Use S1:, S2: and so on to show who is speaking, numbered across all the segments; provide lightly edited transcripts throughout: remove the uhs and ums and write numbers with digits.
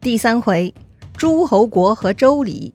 S1: 第3回，诸侯国和周礼。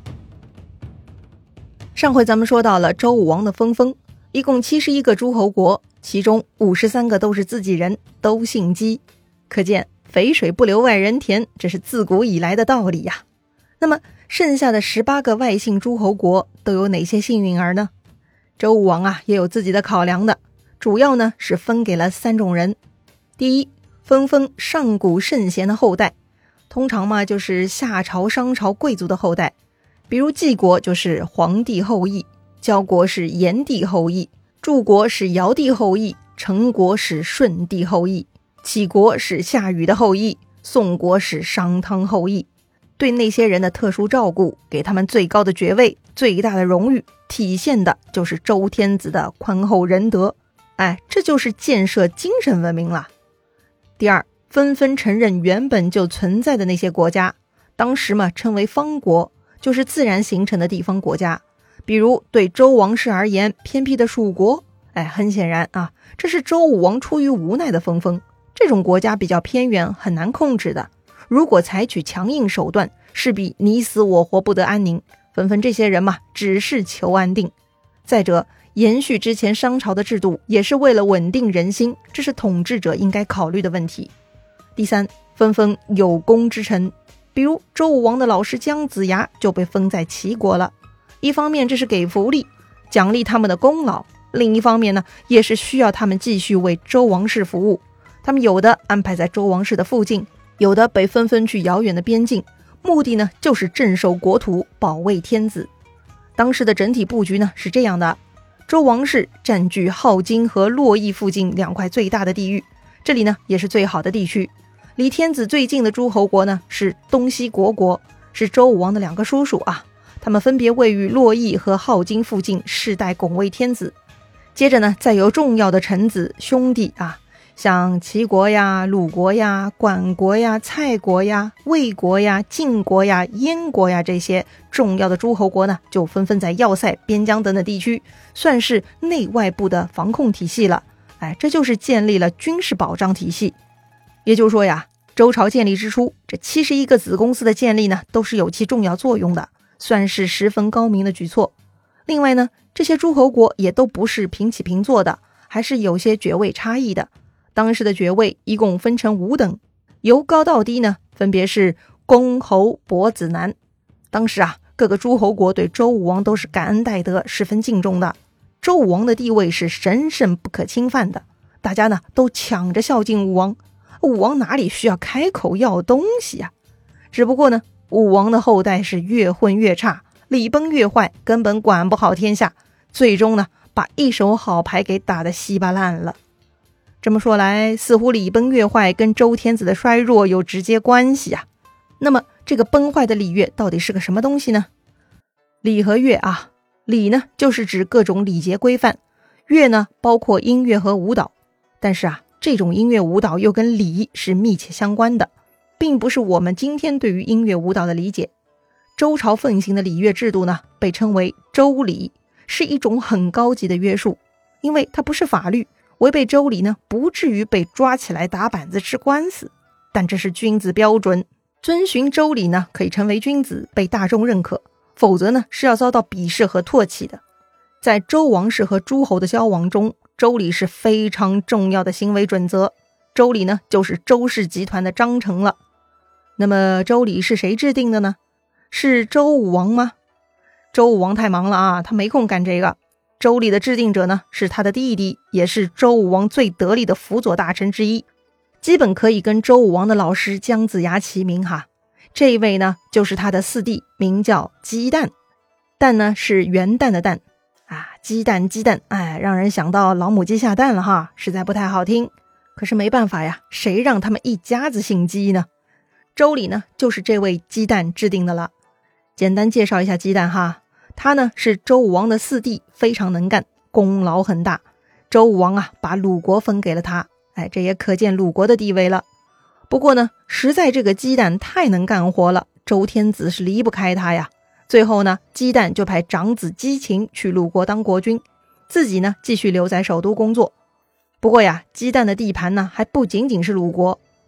S1: 上回咱们说到了周武王的分封，一共71个诸侯国，其中53个都是自己人，都姓姬，可见肥水不流外人田，这是自古以来的道理呀。那么剩下的18个外姓诸侯国都有哪些幸运儿呢？周武王也有自己的考量的，主要呢是分给了3种人。第一，分封上古圣贤的后代，通常嘛就是夏朝商朝贵族的后代，比如晋国就是黄帝后裔，交国是炎帝后裔，柱国是尧帝后裔，陈国是舜帝后裔，杞国是夏禹的后裔，宋国是商汤后裔。对那些人的特殊照顾，给他们最高的爵位，最大的荣誉，体现的就是周天子的宽厚仁德。这就是建设精神文明了。第二，纷纷承认原本就存在的那些国家，当时嘛称为方国，就是自然形成的地方国家。比如对周王室而言，偏僻的蜀国，很显然这是周武王出于无奈的分封。这种国家比较偏远，很难控制的，如果采取强硬手段，势必你死我活，不得安宁。分封这些人嘛，只是求安定。再者，延续之前商朝的制度，也是为了稳定人心，这是统治者应该考虑的问题。第三，分封有功之臣，比如周武王的老师姜子牙就被封在齐国了。一方面这是给福利，奖励他们的功劳，另一方面呢，也是需要他们继续为周王室服务。他们有的安排在周王室的附近，有的被分封去遥远的边境，目的呢就是镇守国土，保卫天子。当时的整体布局呢是这样的，周王室占据镐京和洛邑附近2块最大的地域，这里呢也是最好的地区。离天子最近的诸侯国呢是东西国国，是周武王的2个叔叔他们分别位于洛邑和镐京附近，世代拱卫天子。接着呢再有重要的臣子兄弟像齐国呀、鲁国呀、管国呀、蔡国呀、魏国呀、晋国呀、燕国呀，这些重要的诸侯国呢就纷纷在要塞、边疆等等地区，算是内外部的防控体系了。这就是建立了军事保障体系。也就是说周朝建立之初，这71个子公司的建立呢都是有其重要作用的，算是十分高明的举措。另外呢，这些诸侯国也都不是平起平坐的，还是有些爵位差异的。当时的爵位一共分成5等，由高到低呢分别是公、侯、伯、子、男。当时各个诸侯国对周武王都是感恩戴德，十分敬重的。周武王的地位是神圣不可侵犯的，大家呢都抢着孝敬武王。武王哪里需要开口要东西只不过呢，武王的后代是越混越差，礼崩乐坏，根本管不好天下，最终呢把一手好牌给打得稀巴烂了。这么说来，似乎礼崩乐坏跟周天子的衰弱有直接关系那么这个崩坏的礼乐到底是个什么东西呢？礼和乐礼呢就是指各种礼节规范，乐呢包括音乐和舞蹈。但是这种音乐舞蹈又跟礼是密切相关的，并不是我们今天对于音乐舞蹈的理解。周朝奉行的礼乐制度呢被称为周礼，是一种很高级的约束，因为它不是法律，违背周礼呢不至于被抓起来打板子吃官司，但这是君子标准，遵循周礼呢可以成为君子，被大众认可，否则呢是要遭到鄙视和唾弃的。在周王室和诸侯的交往中，周礼是非常重要的行为准则。周礼呢就是周氏集团的章程了。那么周礼是谁制定的呢？是周武王吗？周武王太忙了他没空干这个。周礼的制定者呢是他的弟弟，也是周武王最得力的辅佐大臣之一，基本可以跟周武王的老师姜子牙齐名这一位呢就是他的4弟，名叫姬旦。旦呢是元旦的旦鸡蛋，让人想到老母鸡下蛋了实在不太好听。可是没办法谁让他们一家子姓姬呢？周礼呢就是这位姬旦制定的了。简单介绍一下姬旦他呢是周武王的4弟，非常能干，功劳很大。周武王把鲁国分给了他，这也可见鲁国的地位了。不过呢，实在这个姬旦太能干活了，周天子是离不开他最后呢，姬旦就派长子姬秦去鲁国当国君，自己呢继续留在首都工作。不过姬旦的地盘呢还不仅仅是鲁国，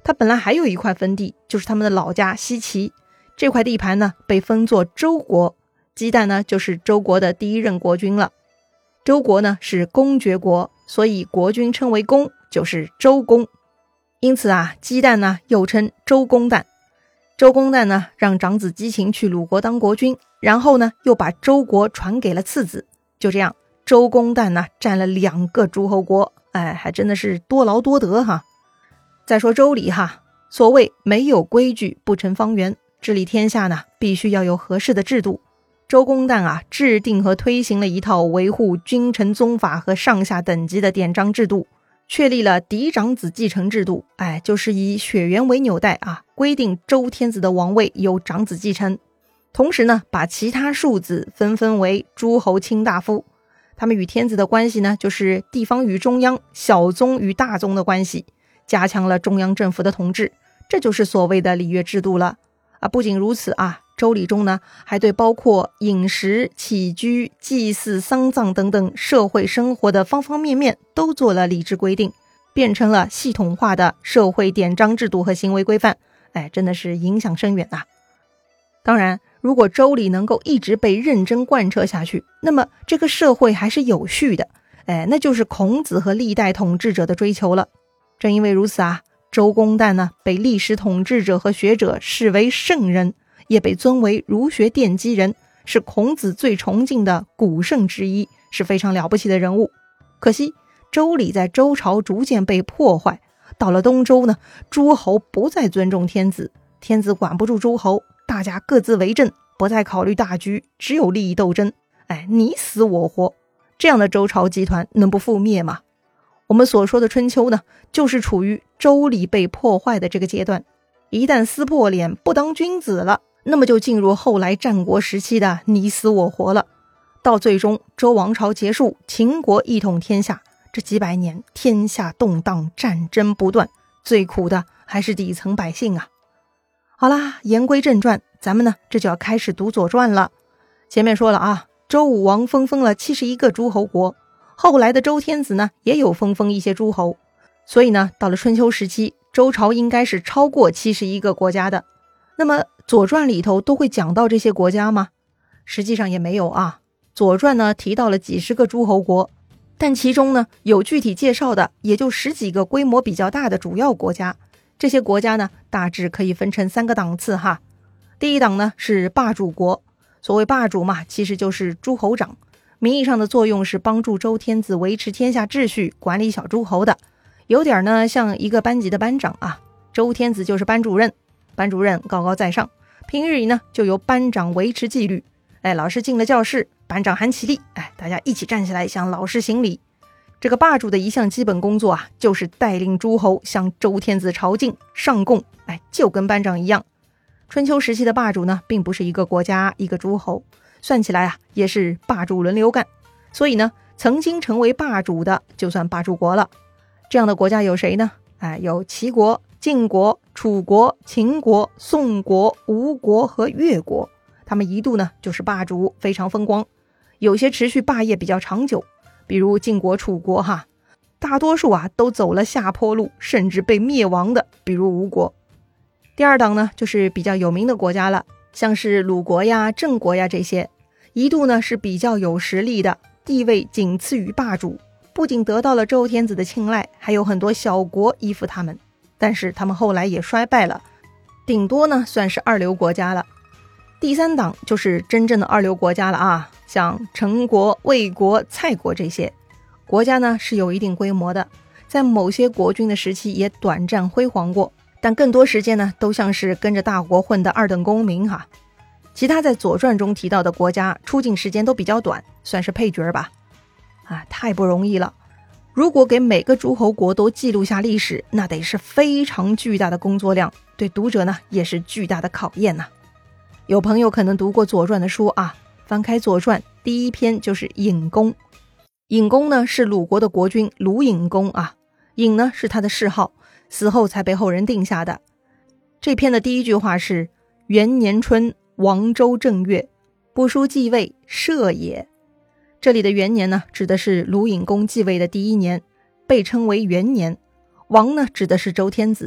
S1: 他本来还有一块分地，就是他们的老家西岐，这块地盘呢被封作周国，姬旦呢就是周国的第一任国君了。周国呢是公爵国，所以国君称为公，就是周公。因此啊，姬旦呢又称周公旦。周公旦呢让长子姬秦去鲁国当国君，然后呢又把周国传给了次子，就这样周公旦呢占了2个诸侯国，还真的是多劳多得哈。再说周礼哈，所谓没有规矩不成方圆，治理天下呢必须要有合适的制度。周公旦啊制定和推行了一套维护君臣宗法和上下等级的典章制度，确立了嫡长子继承制度，就是以血缘为纽带啊，规定周天子的王位由长子继承。同时呢，把其他庶子分为诸侯卿大夫，他们与天子的关系呢，就是地方与中央、小宗与大宗的关系，加强了中央政府的统治，这就是所谓的礼乐制度了啊。不仅如此啊，周礼中呢，还对包括饮食、起居、祭祀、丧葬等等社会生活的方方面面都做了礼制规定，变成了系统化的社会典章制度和行为规范，真的是影响深远啊。当然，如果周礼能够一直被认真贯彻下去，那么这个社会还是有序的，那就是孔子和历代统治者的追求了。正因为如此啊，周公旦呢被历史统治者和学者视为圣人，也被尊为儒学奠基人，是孔子最崇敬的古圣之一，是非常了不起的人物。可惜周礼在周朝逐渐被破坏，到了东周呢，诸侯不再尊重天子，天子管不住诸侯，大家各自为政，不再考虑大局，只有利益斗争，你死我活，这样的周朝集团能不覆灭吗？我们所说的春秋呢，就是处于周礼被破坏的这个阶段，一旦撕破脸不当君子了，那么就进入后来战国时期的你死我活了。到最终周王朝结束，秦国一统天下，这几百年天下动荡，战争不断，最苦的还是底层百姓啊。好啦，言归正传，咱们呢这就要开始读左传了。前面说了啊，周武王分封了71个诸侯国，后来的周天子呢也有分封一些诸侯，所以呢到了春秋时期，周朝应该是超过71个国家的。那么左传里头都会讲到这些国家吗？实际上也没有啊。左传呢提到了几十个诸侯国，但其中呢有具体介绍的也就10几个规模比较大的主要国家。这些国家呢大致可以分成3个档次哈。第一档呢是霸主国，所谓霸主嘛，其实就是诸侯长，名义上的作用是帮助周天子维持天下秩序，管理小诸侯的，有点呢像一个班级的班长啊。周天子就是班主任，班主任高高在上，平日里呢就由班长维持纪律。老师进了教室，班长喊起立，大家一起站起来向老师行礼。这个霸主的一项基本工作啊，就是带领诸侯向周天子朝觐上贡，就跟班长一样。春秋时期的霸主呢，并不是一个国家一个诸侯，算起来啊，也是霸主轮流干。所以呢，曾经成为霸主的，就算霸主国了。这样的国家有谁呢？有齐国、晋国、楚国、秦国、宋国、吴国和越国。他们一度呢就是霸主，非常风光，有些持续霸业比较长久，比如晋国、楚国哈，大多数啊都走了下坡路，甚至被灭亡的，比如吴国。第二档呢就是比较有名的国家了，像是鲁国呀、郑国呀这些，一度呢是比较有实力的，地位仅次于霸主，不仅得到了周天子的青睐，还有很多小国依附他们，但是他们后来也衰败了，顶多呢算是二流国家了。第三档就是真正的二流国家了啊，像陈国、魏国、蔡国这些国家呢是有一定规模的，在某些国君的时期也短暂辉煌过，但更多时间呢都像是跟着大国混的二等公民哈。其他在左传中提到的国家出境时间都比较短，算是配角吧。太不容易了，如果给每个诸侯国都记录下历史，那得是非常巨大的工作量，对读者呢也是巨大的考验呐。有朋友可能读过左传的书啊，翻开左传第一篇就是尹公。尹公呢是鲁国的国君鲁尹公啊，尹呢是他的谥号，死后才被后人定下的。这篇的第一句话是元年春，王周正月，不书继位，社也。这里的元年呢指的是鲁尹公继位的第1年，被称为元年。王呢指的是周天子，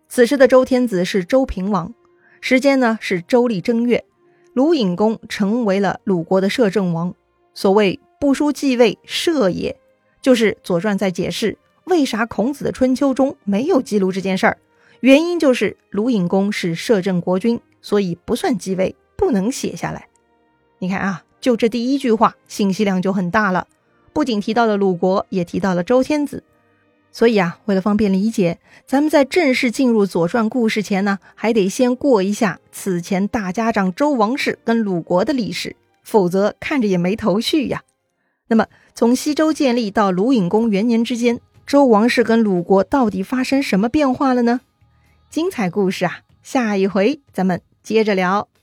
S1: 此时的周天子是周平王，时间呢是周历正月，鲁隐公成为了鲁国的摄政王。所谓不书继位摄也，就是左传在解释为啥孔子的春秋中没有记录这件事儿，原因就是鲁隐公是摄政国君，所以不算继位，不能写下来。你看啊，就这第一句话信息量就很大了，不仅提到了鲁国，也提到了周天子。所以啊，为了方便理解，咱们在正式进入左传故事前呢，还得先过一下此前大家长周王室跟鲁国的历史，否则看着也没头绪呀。那么从西周建立到鲁隐公元年之间，周王室跟鲁国到底发生什么变化了呢？精彩故事啊，下一回咱们接着聊。